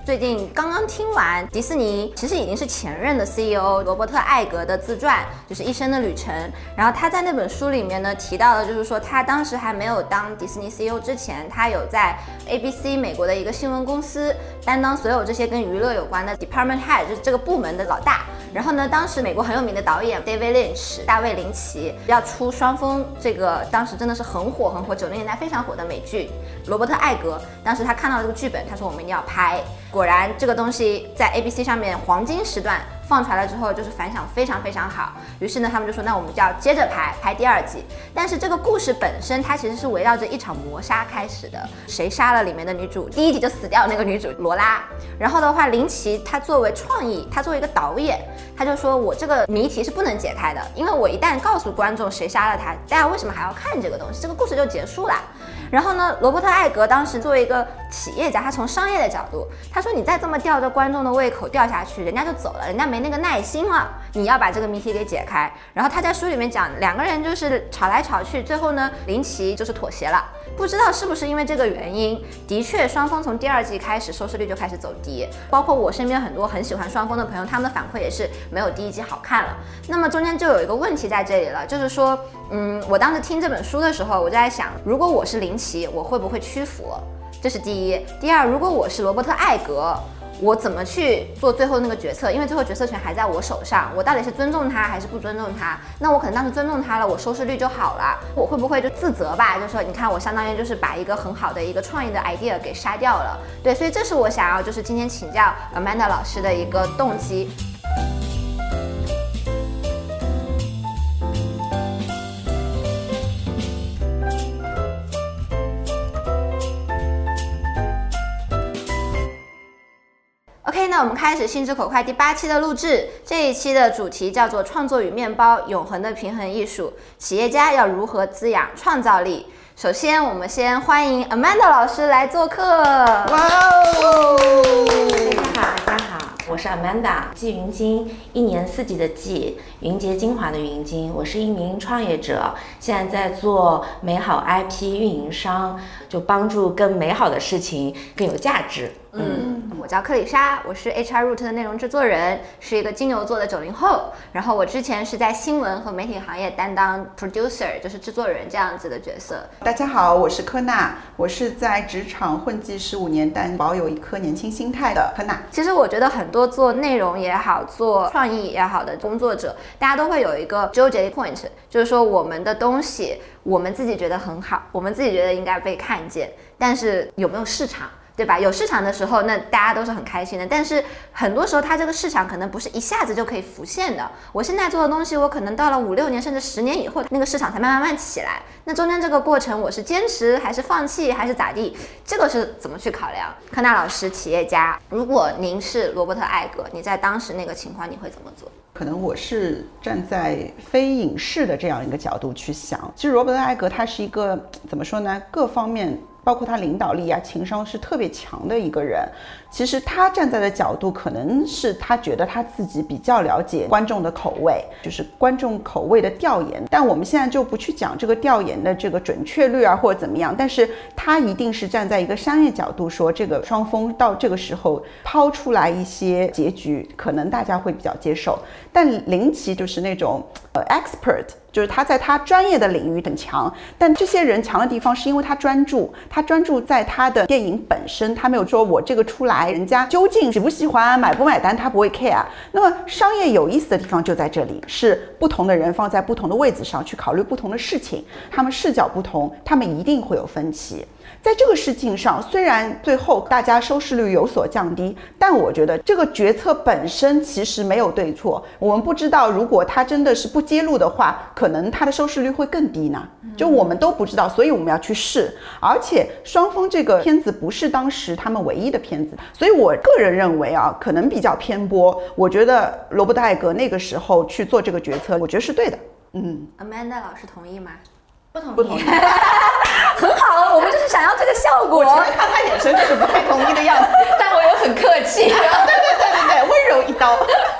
最近刚刚听完迪士尼其实已经是前任的 CEO 罗伯特·艾格的自传，就是《一生的旅程》。然后他在那本书里面呢提到了，就是说他当时还没有当迪士尼 CEO 之前，他有在 ABC 美国的一个新闻公司担当所有这些跟娱乐有关的 Department Head， 就是这个部门的老大。然后呢，当时美国很有名的导演 David Lynch 大卫林奇要出双峰这个当时真的是很火90年代非常火的美剧，罗伯特·艾格当时他看到了这个剧本，他说我们一定要拍。果然这个东西在 ABC 上面黄金时段放出来了之后，就是反响非常非常好。于是呢，他们就说那我们就要接着拍第二季。但是这个故事本身它其实是围绕着一场谋杀开始的，谁杀了里面的女主？第一集就死掉那个女主罗拉。然后的话，林奇他作为创意，他作为一个导演，他就说我这个谜题是不能解开的，因为我一旦告诉观众谁杀了他，大家为什么还要看这个东西？这个故事就结束了。然后呢，罗伯特·艾格当时作为一个企业家，他从商业的角度，他说你再这么吊着观众的胃口掉下去，人家就走了，人家没那个耐心了，你要把这个谜题给解开。然后他在书里面讲，两个人就是吵来吵去，最后呢，林奇就是妥协了。不知道是不是因为这个原因，的确双峰从第二季开始收视率就开始走低，包括我身边很多很喜欢双峰的朋友，他们的反馈也是没有第一季好看了。那么中间就有一个问题在这里了，就是说我当时听这本书的时候，我就在想，如果我是林奇，我会不会屈服？这是第一。第二，如果我是罗伯特·艾格，我怎么去做最后那个决策？因为最后决策权还在我手上，我到底是尊重他还是不尊重他？那我可能当时尊重他了，我收视率就好了，我会不会就自责吧？就说你看我相当于就是把一个很好的一个创意的 idea 给杀掉了。对，所以这是我想要就是今天请教 Amanda 老师的一个动机。OK， 那我们开始心直口快第8期的录制。这一期的主题叫做创作与面包，永恒的平衡艺术，企业家要如何滋养创造力。首先我们先欢迎 Amanda 老师来做客。 哇哦！ 大家好，我是 Amanda， 季云金，一年四季的季，云杰精华的云金。我是一名创业者，现在在做美好 IP 运营商，就帮助更美好的事情更有价值。 我叫克里莎，我是 HR Root 的内容制作人，是一个金牛座的90后。然后我之前是在新闻和媒体行业担当 producer， 就是制作人这样子的角色。 大家好，我是科娜，我是在职场混迹15年，但保有一颗年轻心态的科娜。 其实我觉得很多做内容也好，做创意也好的工作者，大家都会有一个纠结 point， 就是说我们的东西，我们自己觉得很好，我们自己觉得应该被看见，但是有没有市场？对吧？有市场的时候，那大家都是很开心的。但是很多时候，它这个市场可能不是一下子就可以浮现的。我现在做的东西，我可能到了5、6年甚至10年以后，那个市场才慢慢起来。那中间这个过程，我是坚持还是放弃还是咋地？这个是怎么去考量？科娜老师，企业家，如果您是罗伯特·艾格，你在当时那个情况，你会怎么做？ 可能我是站在非影视的这样一个角度去想。其实罗伯特·艾格他是一个怎么说呢？各方面。包括他领导力啊、情商是特别强的一个人。其实他站在的角度，可能是他觉得他自己比较了解观众的口味，就是观众口味的调研。但我们现在就不去讲这个调研的这个准确率啊，或者怎么样。但是他一定是站在一个商业角度说，这个双峰到这个时候抛出来一些结局，可能大家会比较接受。但林奇就是那种expert。就是他在他专业的领域很强，但这些人强的地方是因为他专注在他的电影本身，他没有说我这个出来人家究竟喜不喜欢买不买单他不会 care。那么商业有意思的地方就在这里，是不同的人放在不同的位置上去考虑不同的事情，他们视角不同，他们一定会有分歧。在这个事情上，虽然最后大家收视率有所降低，但我觉得这个决策本身其实没有对错。我们不知道如果他真的是不揭露的话，可能他的收视率会更低呢，就我们都不知道，所以我们要去试。而且双峰这个片子不是当时他们唯一的片子，所以我个人认为啊，可能比较偏颇。我觉得罗伯特·艾格那个时候去做这个决策，我觉得是对的。 Amanda 老师同意吗？ 不同意。 很好，我们就是想要这个效果。 我前面看他眼神就是不太同意的样子， 但我又很客气。 对，温柔一刀。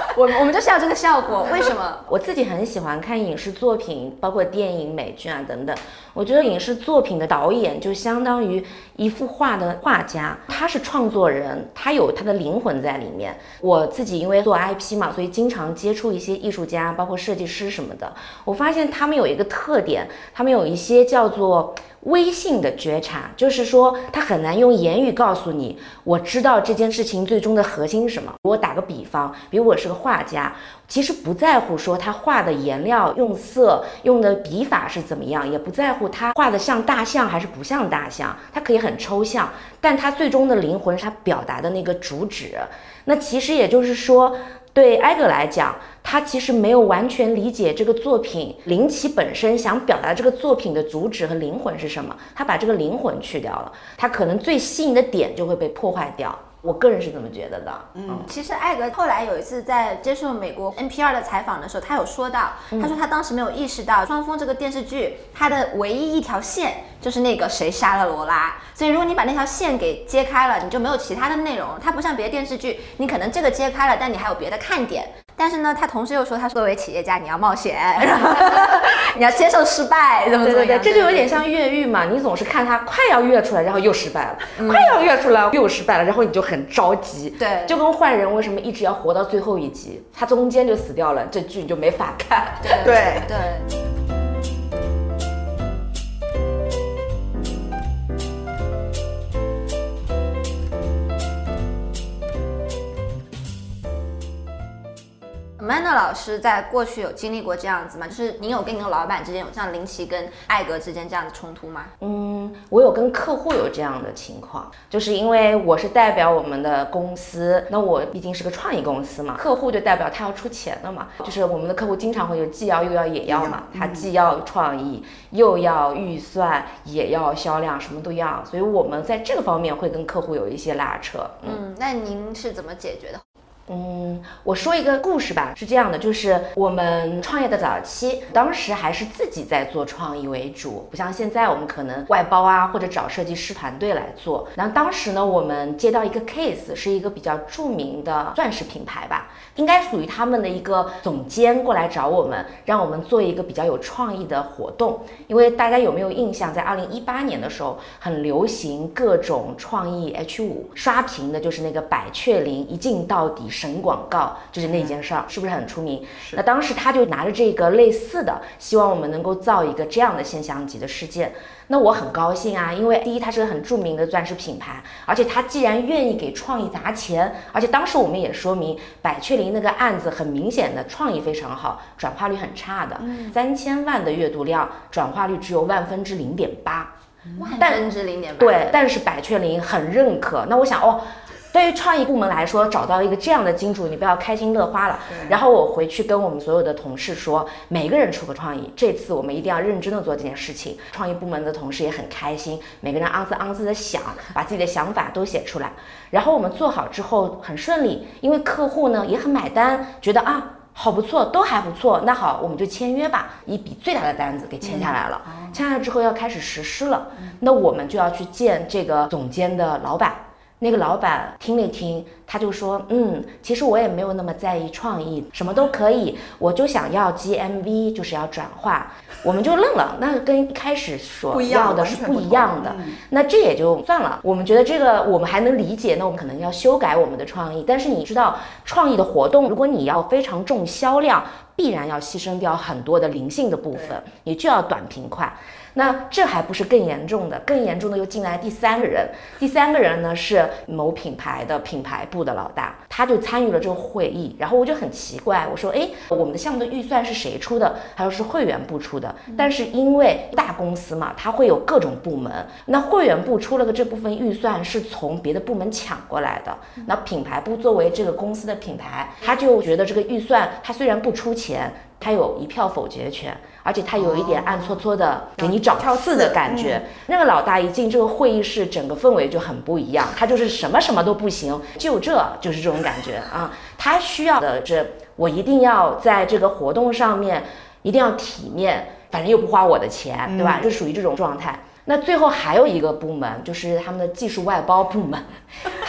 我们就是要这个效果，为什么？ 我自己很喜欢看影视作品，包括电影、美剧啊等等。我觉得影视作品的导演就相当于一幅画的画家，他是创作人，他有他的灵魂在里面。我自己因为做 IP 嘛，所以经常接触一些艺术家，包括设计师什么的。我发现他们有一个特点，他们有一些叫做微性的觉察，就是说他很难用言语告诉你，我知道这件事情最终的核心是什么。我打个比方，比如我是个画家，其实不在乎说他画的颜料、用色、用的笔法是怎么样，也不在乎他画的像大象还是不像大象，他可以很抽象，但他最终的灵魂是他表达的那个主旨。那其实也就是说，对艾格来讲，他其实没有完全理解这个作品林奇本身想表达这个作品的主旨和灵魂是什么，他把这个灵魂去掉了，他可能最吸引的点就会被破坏掉。我个人是这么觉得的。 其实艾格后来有一次在接受美国 NPR 的采访的时候，他有说到，他说他当时没有意识到《双峰》这个电视剧它的唯一一条线就是那个谁杀了罗拉，所以如果你把那条线给揭开了，你就没有其他的内容。它不像别的电视剧，你可能这个揭开了，但你还有别的看点。但是呢，他同时又说，他作为企业家，你要冒险，你要接受失败，怎么怎么样？ 对，这就有点像越狱嘛，你总是看他快要越出来，然后又失败了，快要越出来又失败了，然后你就很着急。 对， 就跟坏人为什么一直要活到最后一集，他中间就死掉了，这剧你就没法看。 对。Amanda 老师在过去有经历过这样子吗？就是您有跟您的老板之间有像林奇跟艾格之间这样的冲突吗？ 我有跟客户有这样的情况，就是因为我是代表我们的公司，那我毕竟是个创意公司嘛，客户就代表他要出钱了嘛，就是我们的客户经常会有既要又要也要嘛，他既要创意又要预算也要销量，什么都要，所以我们在这个方面会跟客户有一些拉扯。 那您是怎么解决的？ 我说一个故事吧，是这样的，就是我们创业的早期，当时还是自己在做创意为主，不像现在我们可能外包啊，或者找设计师团队来做。然后当时呢，我们接到一个 case， 是一个比较著名的钻石品牌吧，应该属于他们的一个总监过来找我们，让我们做一个比较有创意的活动。因为大家有没有印象，在2018年的时候，很流行各种创意 H5，刷屏的就是那个百雀羚一镜到底神广告，就是那件事儿，是不是很出名？那当时他就拿着这个类似的，希望我们能够造一个这样的现象级的事件。那我很高兴啊，因为第一，它是个很著名的钻石品牌，而且他既然愿意给创意砸钱，而且当时我们也说明百雀羚那个案子很明显的创意非常好，转化率很差的，3000万的阅读量，转化率只有0.8%， 万分之0.8。 对，但是百雀羚很认可。那我想对于创意部门来说，找到一个这样的金主，你不要开心乐花了。然后我回去跟我们所有的同事说，每个人出个创意，这次我们一定要认真的做这件事情。创意部门的同事也很开心，每个人昂字的想，把自己的想法都写出来。然后我们做好之后很顺利，因为客户呢也很买单，觉得好不错，都还不错，那好，我们就签约吧，一笔最大的单子给签下来了。签下来之后要开始实施了，那我们就要去见这个总监的老板。那个老板听了听，他就说，其实我也没有那么在意创意，什么都可以，我就想要 GMV， 就是要转化。我们就愣了，那跟一开始所要的是不一样的，那这也就算了。我们觉得这个我们还能理解，那我们可能要修改我们的创意。但是你知道，创意的活动，如果你要非常重销量，必然要牺牲掉很多的灵性的部分，你就要短平快。那这还不是更严重的，更严重的又进来第三个人呢是某品牌的品牌部的老大，他就参与了这个会议，然后我就很奇怪，我说我们的项目的预算是谁出的？他说是会员部出的，但是因为大公司嘛，它会有各种部门，那会员部出了个这部分预算是从别的部门抢过来的，那品牌部作为这个公司的品牌，他就觉得这个预算他虽然不出钱，他有一票否决权，而且他有一点暗搓搓的给你找刺的感觉。那个老大一进这个会议室，整个氛围就很不一样，他就是什么都不行，就是这种感觉啊。他需要的是我一定要在这个活动上面一定要体面，反正又不花我的钱，对吧？就属于这种状态。那最后还有一个部门，就是他们的技术外包部门，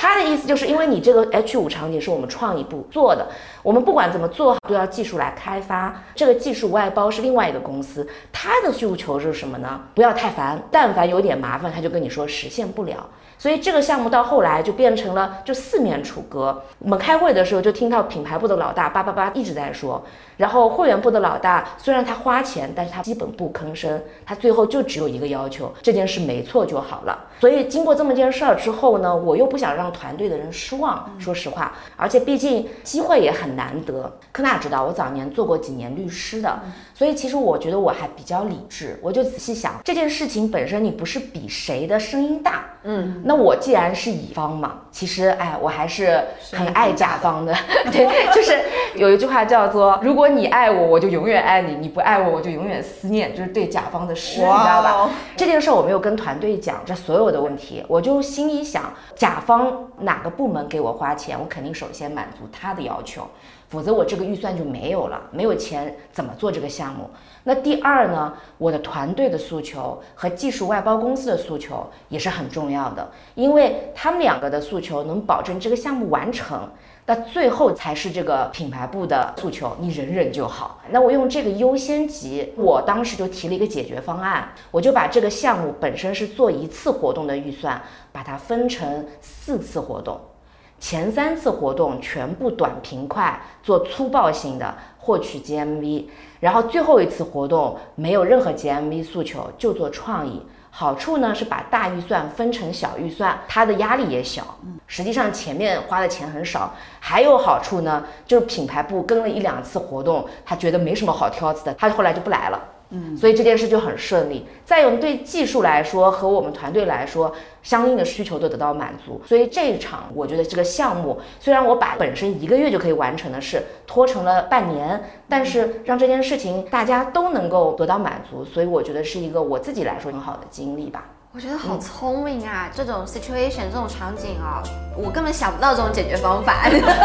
他的意思就是因为你这个 H5场景是我们创意部做的，我们不管怎么做都要技术来开发，这个技术外包是另外一个公司，他的诉求是什么呢？不要太烦，但凡有点麻烦他就跟你说实现不了。所以这个项目到后来就变成了就四面楚歌。我们开会的时候就听到品牌部的老大叭叭叭一直在说，然后会员部的老大虽然他花钱，但是他基本不吭声，他最后就只有一个要求，这件事没错就好了。所以经过这么件事儿之后呢，我又不想让团队的人失望，说实话，而且毕竟机会也很难得。科娜知道我早年做过几年律师的，所以其实我觉得我还比较理智，我就仔细想这件事情本身，你不是比谁的声音大，那我既然是乙方嘛，其实我还是很爱甲方的。对，就是有一句话叫做如果你爱我，我就永远爱你，你不爱我，我就永远思念，就是对甲方的诗，你知道吧？这件事我没有跟团队讲这所有的问题，我就心里想，甲方哪个部门给我花钱，我肯定首先满足他的要求，否则我这个预算就没有了，没有钱怎么做这个项目？那第二呢，我的团队的诉求和技术外包公司的诉求也是很重要的，因为他们两个的诉求能保证这个项目完成，那最后才是这个品牌部的诉求，你忍忍就好。那我用这个优先级，我当时就提了一个解决方案，我就把这个项目本身是做1次活动的预算，把它分成4次活动。前3次活动全部短平快，做粗暴性的获取 GMV， 然后最后一次活动没有任何 GMV 诉求，就做创意。好处呢是把大预算分成小预算，它的压力也小，实际上前面花的钱很少。还有好处呢，就是品牌部跟了1、2次活动，他觉得没什么好挑刺的，他后来就不来了。所以这件事就很顺利。再有对技术来说和我们团队来说，相应的需求都得到满足。所以这一场我觉得这个项目，虽然我把本身1个月就可以完成的事拖成了半年，但是让这件事情大家都能够得到满足，所以我觉得是一个我自己来说很好的经历吧。 我觉得好聪明啊，这种 situation 这种场景啊，我根本想不到这种解决方法。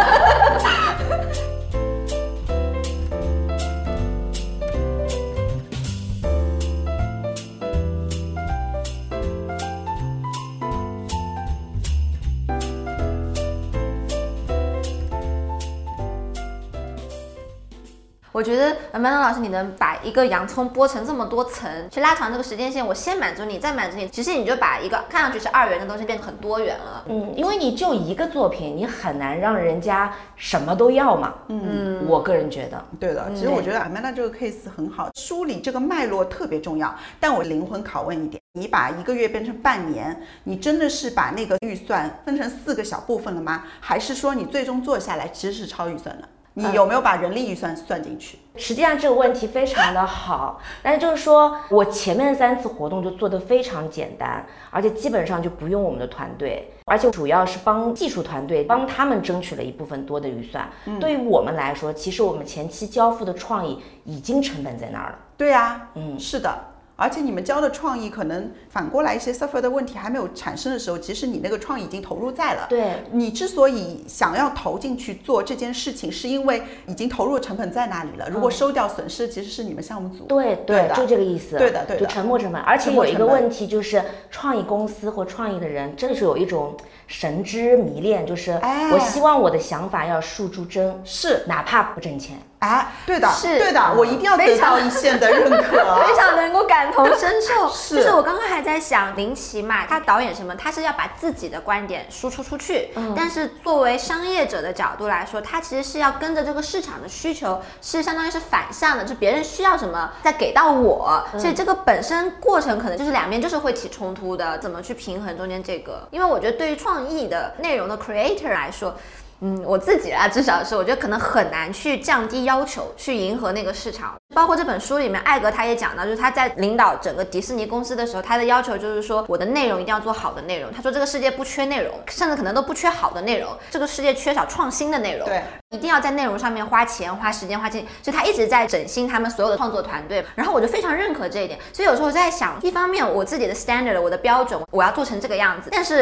我觉得Amanda老师，你能把一个洋葱剥成这么多层，去拉长这个时间线，我先满足你，再满足你，其实你就把一个看上去是2元的东西变得很多元了。 因为你就一个作品，你很难让人家什么都要嘛。我个人觉得， 对的。其实我觉得 Amanda 这个 case 很好，梳理这个脉络特别重要。但我灵魂拷问一点，你把1个月变成半年，你真的是把那个预算分成4个小部分了吗？还是说你最终做下来其实是超预算的？你有没有把人力预算算进去？ 实际上这个问题非常的好，但是就是说我前面3次活动就做得非常简单，而且基本上就不用我们的团队，而且主要是帮技术团队帮他们争取了一部分多的预算。对于我们来说，其实我们前期交付的创意已经成本在那儿了。 对啊，是的。而且你们交的创意可能反过来一些 suffer 的问题还没有产生的时候，其实你那个创意已经投入在了。 对， 你之所以想要投进去做这件事情，是因为已经投入成本在那里了。如果收掉损失，其实是你们项目组。 对，就这个意思。 对的， 就沉没成本。而且有一个问题就是，创意公司或创意的人真的是有一种神之迷恋，就是我希望我的想法要诉诸真， 是哪怕不挣钱。 对的， 是对的，我一定要得到一线的认可， 非常能够感同身受。 是， 就是我刚刚还在想，林奇嘛，他导演什么，他是要把自己的观点输出出去，但是作为商业者的角度来说，他其实是要跟着这个市场的需求，是相当于是反向的，就别人需要什么再给到我，所以这个本身过程可能就是两边就是会起冲突的，怎么去平衡中间这个？因为我觉得对于创意的内容的 creator 来说。我自己至少是我觉得可能很难去降低要求，去迎合那个市场。包括这本书里面，艾格他也讲到，就是他在领导整个迪士尼公司的时候，他的要求就是说，我的内容一定要做好的内容。他说这个世界不缺内容，甚至可能都不缺好的内容，这个世界缺少创新的内容。 对， 一定要在内容上面花钱、花时间、花精力。所以他一直在整新他们所有的创作团队。然后我就非常认可这一点。所以有时候我在想，一方面我自己的 standard， 我的标准，我要做成这个样子，但是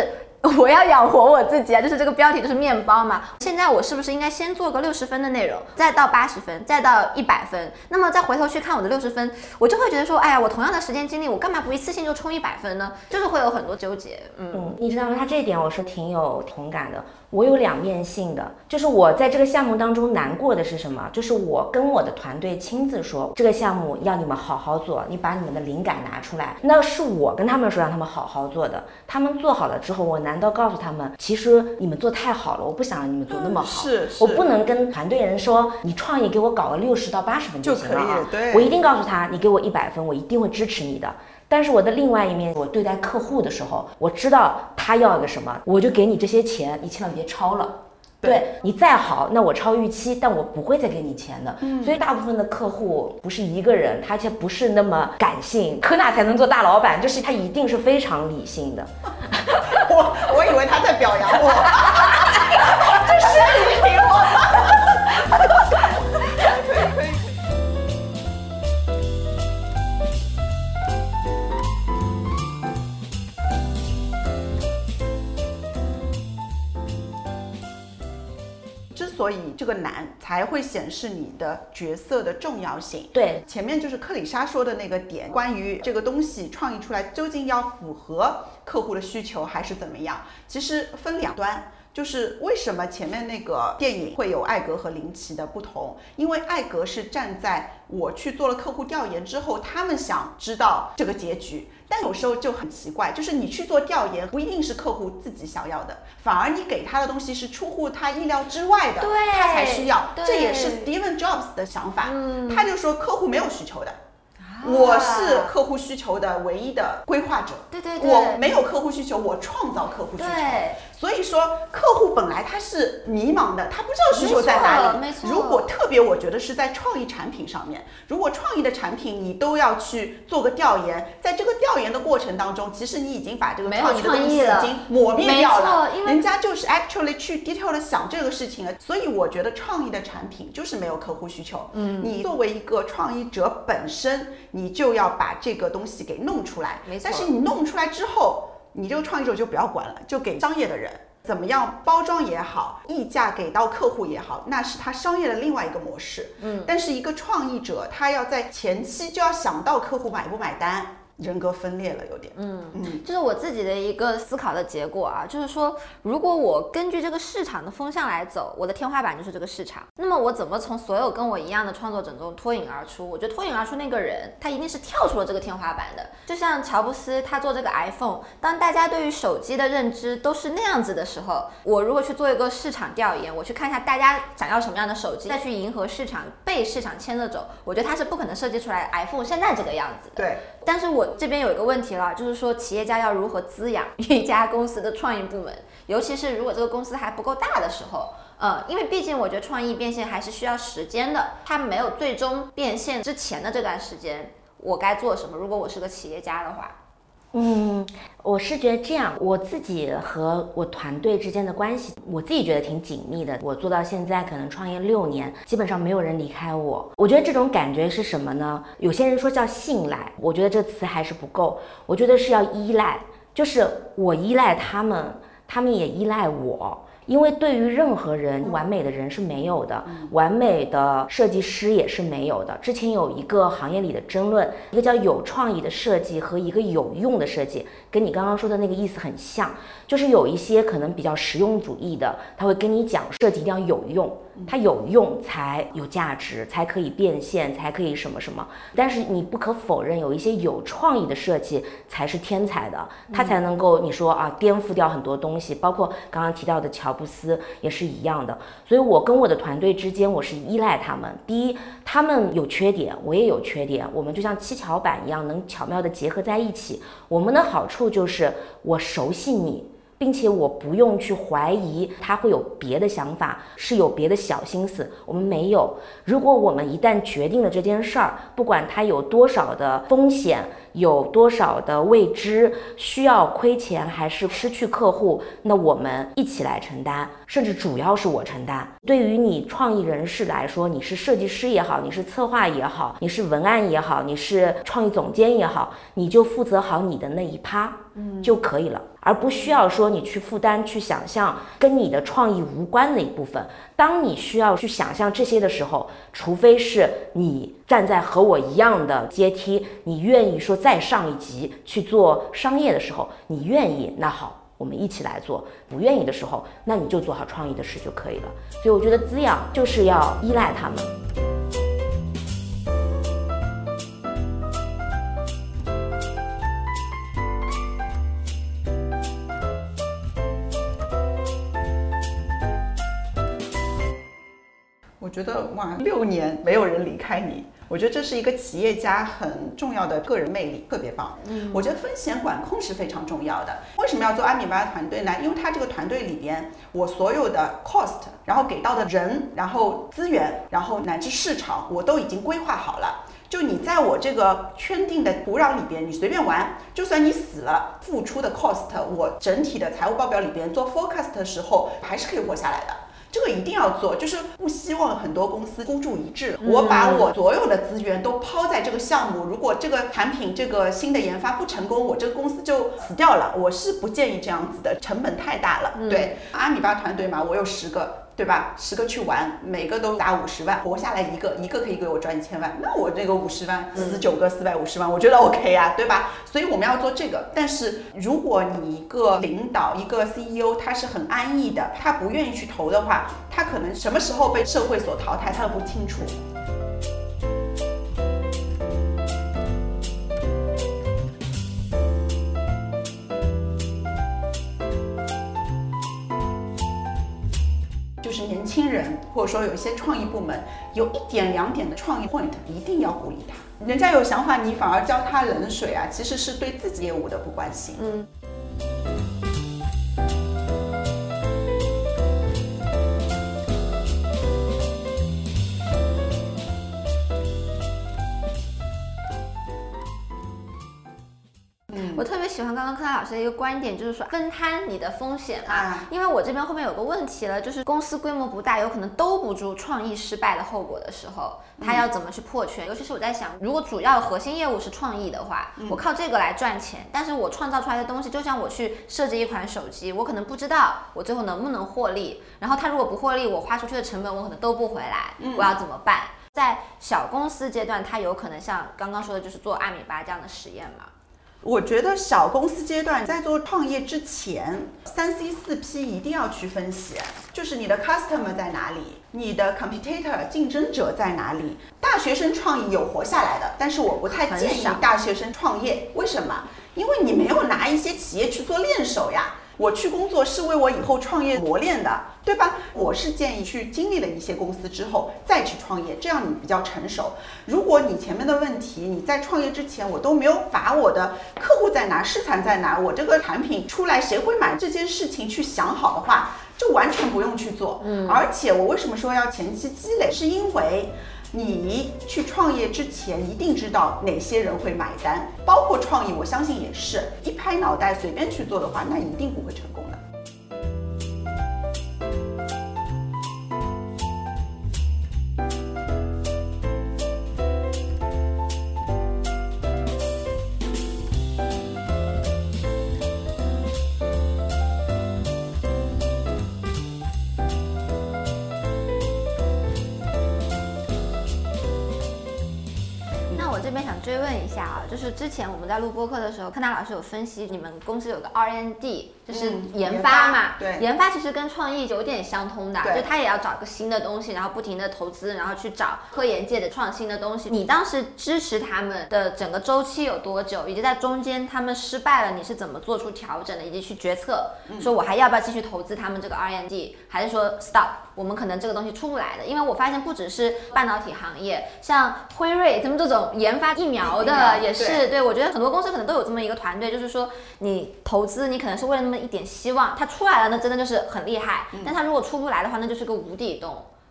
我要养活我自己啊，就是这个标题就是面包嘛。现在我是不是应该先做个60分的内容，再到80分，再到100分，那么再回头去看我的60分，我就会觉得说，哎呀，我同样的时间精力，我干嘛不一次性就冲100分呢？就是会有很多纠结。 你知道吗？他这一点我是挺有同感的。我有两面性的，就是我在这个项目当中难过的是什么？就是我跟我的团队亲自说，这个项目要你们好好做，你把你们的灵感拿出来。那是我跟他们说让他们好好做的，他们做好了之后，我难道告诉他们，其实你们做太好了，我不想让你们做那么好。 是我不能跟团队人说，你创意给我搞个60到80分就行了啊。 对， 我一定告诉他，你给我100分，我一定会支持你的。但是我的另外一面，我对待客户的时候，我知道他要一个什么，我就给你这些钱，你千万别超了。对，你再好，那我超预期，但我不会再给你钱的。所以大部分的客户不是一个人，他且不是那么感性，可哪才能做大老板？就是他一定是非常理性的。 我以为他在表扬我，这是你评我。之所以这个难，才会显示你的角色的重要性。 对， 前面就是克里莎说的那个点，关于这个东西创意出来究竟要符合客户的需求还是怎么样，其实分两端。就是为什么前面那个电影会有艾格和林奇的不同？因为艾格是站在我去做了客户调研之后，他们想知道这个结局，但有时候就很奇怪，就是你去做调研不一定是客户自己想要的，反而你给他的东西是出乎他意料之外的， 对， 他才需要。这也是 Steve Jobs 的想法，他就说客户没有需求的。我是客户需求的唯一的规划者， 对， 我没有客户需求，我创造客户需求。所以说客户本来他是迷茫的，他不知道需求在哪里。 没错。 如果特别我觉得是在创意产品上面，如果创意的产品你都要去做个调研，在这个调研的过程当中，其实你已经把这个创意的东西已经抹灭掉了，人家就是 actually 去 detail 的想这个事情了。所以我觉得创意的产品就是没有客户需求。你作为一个创意者本身，你就要把这个东西给弄出来。 没错。 但是你弄出来之后，你这个创意者就不要管了，就给商业的人怎么样包装也好，溢价给到客户也好，那是他商业的另外一个模式。但是一个创意者，他要在前期就要想到客户买不买单，人格分裂了有点。 就是我自己的一个思考的结果啊，就是说，如果我根据这个市场的风向来走，我的天花板就是这个市场，那么我怎么从所有跟我一样的创作者中脱颖而出？我觉得脱颖而出那个人，他一定是跳出了这个天花板的。就像乔布斯他做这个 iPhone， 当大家对于手机的认知都是那样子的时候，我如果去做一个市场调研，我去看一下大家想要什么样的手机，再去迎合市场，被市场牵着走，我觉得他是不可能设计出来 iPhone 现在这个样子的。 对。 但是我这边有一个问题了，就是说企业家要如何滋养一家公司的创意部门，尤其是如果这个公司还不够大的时候。因为毕竟我觉得创意变现还是需要时间的，它没有最终变现之前的这段时间，我该做什么？如果我是个企业家的话。 我是觉得这样，我自己和我团队之间的关系，我自己觉得挺紧密的。我做到现在可能创业6年，基本上没有人离开我。我觉得这种感觉是什么呢？有些人说叫信赖，我觉得这词还是不够。我觉得是要依赖，就是我依赖他们，他们也依赖我。因为对于任何人，完美的人是没有的，完美的设计师也是没有的。之前有一个行业里的争论，一个叫有创意的设计和一个有用的设计，跟你刚刚说的那个意思很像，就是有一些可能比较实用主义的，他会跟你讲设计一定要有用，它有用才有价值，才可以变现，才可以什么什么。但是你不可否认，有一些有创意的设计才是天才的，它才能够你说啊颠覆掉很多东西，包括刚刚提到的乔布斯也是一样的。所以我跟我的团队之间，我是依赖他们。第一，他们有缺点，我也有缺点，我们就像七巧板一样，能巧妙的结合在一起。我们的好处就是我熟悉你，并且我不用去怀疑他会有别的想法，是有别的小心思，我们没有。如果我们一旦决定了这件事儿，不管它有多少的风险， 有多少的未知，需要亏钱还是失去客户，那我们一起来承担，甚至主要是我承担。对于你创意人士来说，你是设计师也好，你是策划也好，你是文案也好，你是创意总监也好，你就负责好你的那一趴就可以了，而不需要说你去负担去想象跟你的创意无关的一部分。当你需要去想象这些的时候，除非是你站在和我一样的阶梯，你愿意说再上一级去做商业的时候，你愿意，那好，我们一起来做。不愿意的时候，那你就做好创意的事就可以了。所以我觉得滋养就是要依赖他们。 我觉得哇，6年没有人离开你，我觉得这是一个企业家很重要的个人魅力，特别棒。我觉得风险管控是非常重要的。为什么要做阿米巴的团队呢？因为它这个团队里边，我所有的 cost， 然后给到的人，然后资源，然后乃至市场，我都已经规划好了。就你在我这个圈定的土壤里边，你随便玩，就算你死了，付出的 cost， 我整体的财务报表里边做 forecast 的时候，还是可以活下来的。这个一定要做，就是不希望很多公司孤注一掷，我把我所有的资源都抛在这个项目，如果这个产品这个新的研发不成功，我这个公司就死掉了。我是不建议这样子的，成本太大了。对，阿米巴团队嘛，我有10个。对吧？10个去玩，每个都砸50万，活下来一个可以给我赚1000万，那我这个50万，19个450万，我觉得 OK 啊，对吧？所以我们要做这个。但是如果你一个领导，一个 CEO， 他是很安逸的，他不愿意去投的话，他可能什么时候被社会所淘汰，他都不清楚。就是年轻人，或者说有一些创意部门，有1点2点的创意 point， 一定要鼓励他。人家有想法，你反而浇他冷水啊，其实是对自己业务的不关心。 我特别喜欢刚刚柯达老师的一个观点，就是说分摊你的风险嘛。因为我这边后面有个问题了，就是公司规模不大，有可能兜不住创意失败的后果的时候，他要怎么去破圈？尤其是我在想，如果主要核心业务是创意的话，我靠这个来赚钱，但是我创造出来的东西，就像我去设计一款手机，我可能不知道我最后能不能获利，然后他如果不获利，我花出去的成本我可能兜不回来，我要怎么办？在小公司阶段，它有可能像刚刚说的，就是做阿米巴这样的实验嘛？ 我觉得小公司阶段在做创业之前，3C 4P 一定要去分析，就是你的 customer 在哪里，你的 competitor 竞争者在哪里。大学生创意有活下来的，但是我不太建议大学生创业。为什么？因为你没有拿一些企业去做练手呀。我去工作是为我以后创业磨练的，对吧？我是建议去经历了一些公司之后再去创业，这样你比较成熟。如果你前面的问题，你在创业之前我都没有把我的客户在哪，市场在哪，我这个产品出来谁会买这件事情去想好的话，就完全不用去做。而且我为什么说要前期积累，是因为你去创业之前一定知道哪些人会买单，包括创意，我相信也是一拍脑袋随便去做的话，那一定不会成功的。 这边想追问一下啊，就是之前我们在录播课的时候，柯达老师有分析你们公司有个 R&D， 就是研发嘛， 对， 研发其实跟创意有点相通的，就他也要找个新的东西，然后不停的投资，然后去找科研界的创新的东西。你当时支持他们的整个周期有多久，以及在中间他们失败了，你是怎么做出调整的，以及去决策说我还要不要继续投资他们这个 R&D， 还是说 stop， 我们可能这个东西出不来的？因为我发现不只是半导体行业，像辉瑞他们这种研发疫苗的也是，对，我觉得很多公司可能都有这么一个团队，就是说你投资你可能是为了那么一点希望，它出来了那真的就是很厉害，但它如果出不来的话，那就是个无底洞。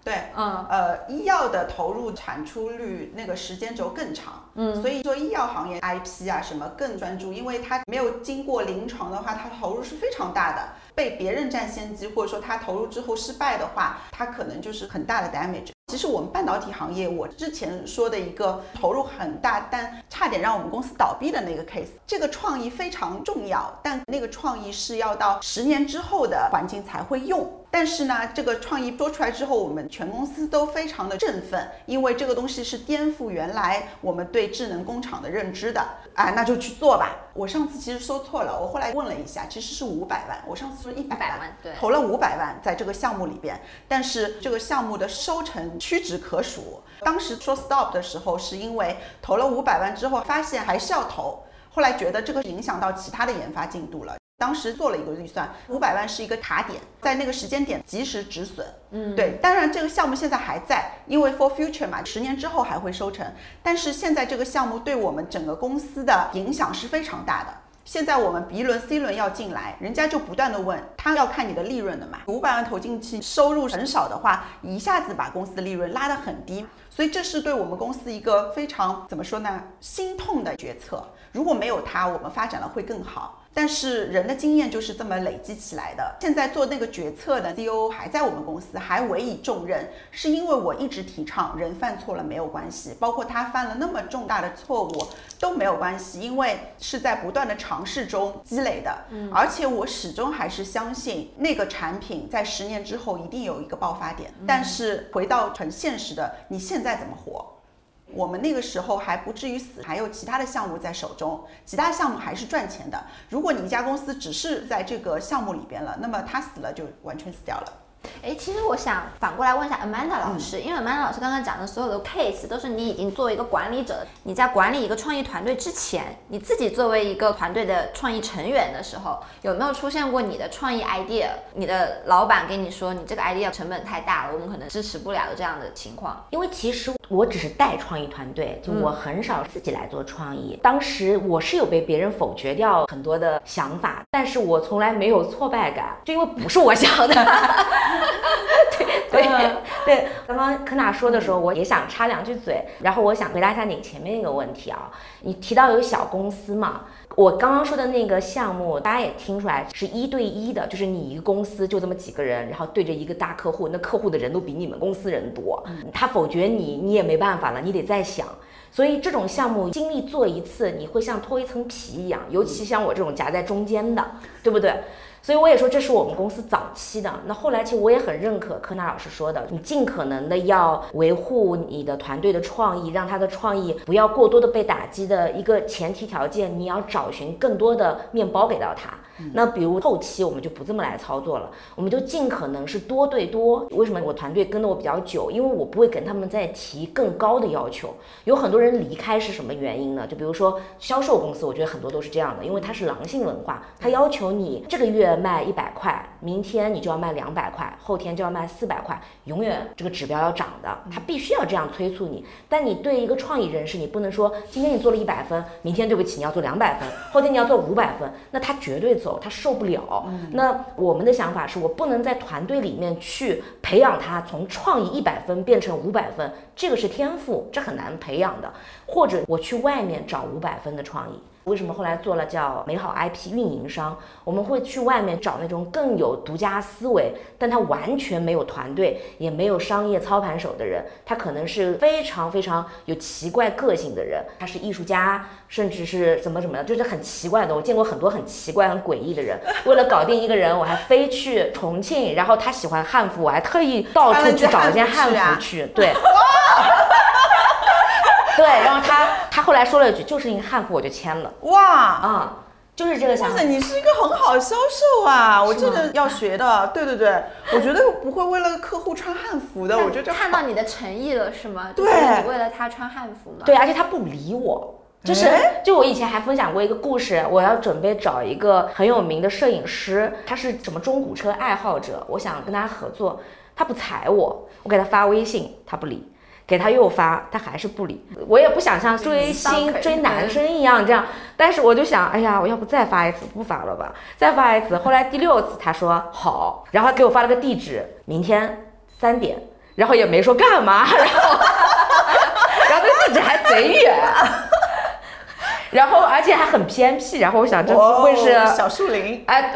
对，医药的投入产出率那个时间轴更长，所以说医药行业 IP 啊什么更专注，因为它没有经过临床的话，它投入是非常大的，被别人占先机，或者说它投入之后失败的话，它可能就是很大的 damage。其实我们半导体行业，我之前说的一个投入很大，但差点让我们公司倒闭的那个 case， 这个创意非常重要，但那个创意是要到10年之后的环境才会用。但是呢，这个创意说出来之后，我们全公司都非常的振奋，因为这个东西是颠覆原来我们对智能工厂的认知的，那就去做吧。我上次其实说错了，我后来问了一下，其实是500万，我上次说100万， 对， 投了500万在这个项目里边，但是这个项目的收成屈指可数。当时说 stop 的时候，是因为投了500万之后，发现还是要投，后来觉得这个影响到其他的研发进度了。当时做了一个预算，500万是一个卡点，在那个时间点及时止损。对，当然这个项目现在还在，因为 for future 嘛，10年之后还会收成。但是现在这个项目对我们整个公司的影响是非常大的。现在我们 B 轮 C 轮要进来，人家就不断的问，他要看你的利润的嘛。500万投进去，收入很少的话，一下子把公司的利润拉得很低，所以这是对我们公司一个非常怎么说呢，心痛的决策。如果没有它，我们发展了会更好。但是人的经验就是这么累积起来的。现在做那个决策的 CEO 还在我们公司，还委以重任，是因为我一直提倡人犯错了没有关系，包括他犯了那么重大的错误都没有关系，因为是在不断的尝试中积累的。而且我始终还是相信那个产品在10年之后一定有一个爆发点。但是回到很现实的，你现在怎么活？我们那个时候还不至于死，还有其他的项目在手中，其他项目还是赚钱的。如果你一家公司只是在这个项目里边了，那么它死了就完全死掉了。 其实我想反过来问一下 Amanda 老师，因为 Amanda 老师刚刚讲的所有的 case 都是你已经作为一个管理者，你在管理一个创意团队之前，你自己作为一个团队的创意成员的时候，有没有出现过你的创意 idea， 你的老板跟你说你这个 idea 成本太大了，我们可能支持不了的这样的情况？ 因为其实我只是带创意团队，就我很少自己来做创意。当时我是有被别人否决掉很多的想法，但是我从来没有挫败感，就因为不是我想的。对，刚刚科娜说的时候，我也想插2句嘴，然后我想回答一下你前面那个问题啊。你提到有小公司嘛，我刚刚说的那个项目，大家也听出来是1对1的，就是你一个公司就这么几个人，然后对着一个大客户，那客户的人都比你们公司人多，他否决你，你也没办法了，你得再想。所以这种项目经历做一次，你会像脱一层皮一样，尤其像我这种夹在中间的，对不对？所以我也说这是我们公司早期的。那后来其实我也很认可科娜老师说的，你尽可能的要维护你的团队的创意，让他的创意不要过多的被打击的一个前提条件，你要找寻更多的面包给到他。那比如后期我们就不这么来操作了，我们就尽可能是多对多。为什么我团队跟了我比较久？因为我不会跟他们再提更高的要求。有很多人离开是什么原因呢？就比如说销售公司，我觉得很多都是这样的，因为它是狼性文化，它要求你这个月卖100块，明天你就要卖200块，后天就要卖400块，永远这个指标要涨的，它必须要这样催促你。但你对一个创意人士，你不能说今天你做了100分，明天对不起你要做200分，后天你要做500分，那他绝对走，他受不了。那我们的想法是，我不能在团队里面去培养他从创意100分变成500分，这个是天赋，这很难培养的。或者我去外面找500分的创意。为什么后来做了叫美好 IP 运营商？我们会去外面找那种更有独家思维，但他完全没有团队，也没有商业操盘手的人，他可能是非常非常有奇怪个性的人，他是艺术家，甚至是怎么的，就是很奇怪的。我见过很多很奇怪很诡异的人，为了搞定一个人，我还飞去重庆，然后他喜欢汉服，我还特意到处去找一件汉服去，对。对，然后他后来说了一句，就是因为汉服我就签了。哇就是这个想法。 哇塞，你是一个很好的销售啊！我真的要学的。对，我觉得不会为了客户穿汉服的。我觉得看到你的诚意了是吗？ 对， 就是你为了他穿汉服吗？ 对，而且他不理我。就我以前还分享过一个故事，我要准备找一个很有名的摄影师，他是什么中古车爱好者，我想跟他合作，他不睬我，我给他发微信，他不理。给他又发，他还是不理。我也不想像追星追男生一样这样，但是我就想，哎呀，我要不再发一次，不发了吧，再发一次。后来第6次他说好，然后给我发了个地址，明天3点， 然后也没说干嘛，然后那个地址还贼远，然后而且还很偏僻，然后我想这不会是小树林？ 哎，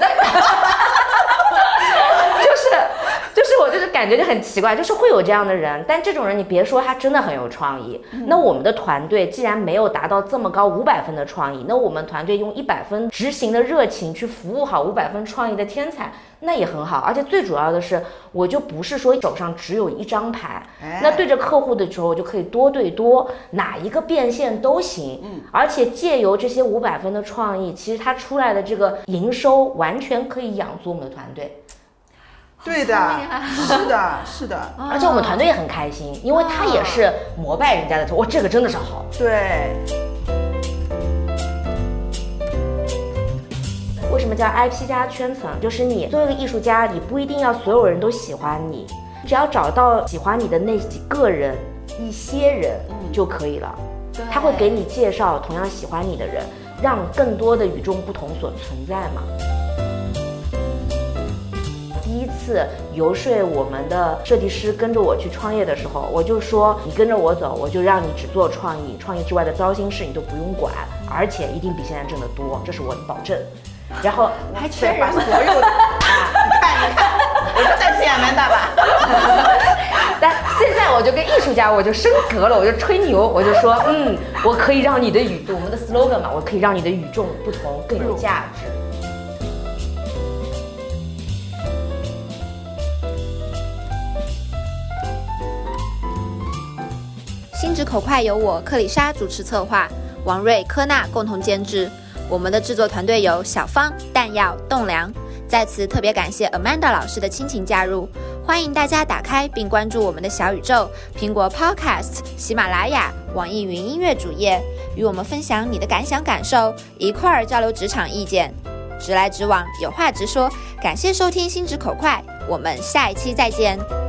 我就是感觉就很奇怪，就是会有这样的人，但这种人你别说他真的很有创意。那我们的团队既然没有达到这么高500分的创意，那我们团队用100分执行的热情去服务好500分创意的天才，那也很好。而且最主要的是，我就不是说手上只有一张牌，那对着客户的时候就可以多对多，哪一个变现都行。而且借由这些500分的创意，其实它出来的这个营收完全可以养足我们的团队。 对的，是的，是的， 而且我们团队也很开心，因为他也是膜拜人家的，哇，这个真的是好。 对。 为什么叫 IP 加圈层？就是你作为一个艺术家，你不一定要所有人都喜欢你，只要找到喜欢你的那几个人、一些人就可以了。他会给你介绍同样喜欢你的人，让更多的与众不同所存在嘛。第一次游说我们的设计师跟着我去创业的时候，我就说你跟着我走，我就让你只做创意，创意之外的糟心事你都不用管，而且一定比现在挣得多，这是我的保证。然后还全把所有的你看，我就再见Amanda吧。 但现在我就跟艺术家我就升格了，我就吹牛，我就说我可以让你的我们的 slogan 嘛，我可以让你的与众不同更有价值。 心直口快由我克里莎主持策划，王瑞、科娜共同监制。我们的制作团队有小芳、弹药、栋梁。在此特别感谢 Amanda 老师的亲情加入。欢迎大家打开并关注我们的小宇宙、苹果 Podcast、喜马拉雅、网易云音乐主页，与我们分享你的感想感受，一块儿交流职场意见。直来直往，有话直说。感谢收听心直口快，我们下一期再见。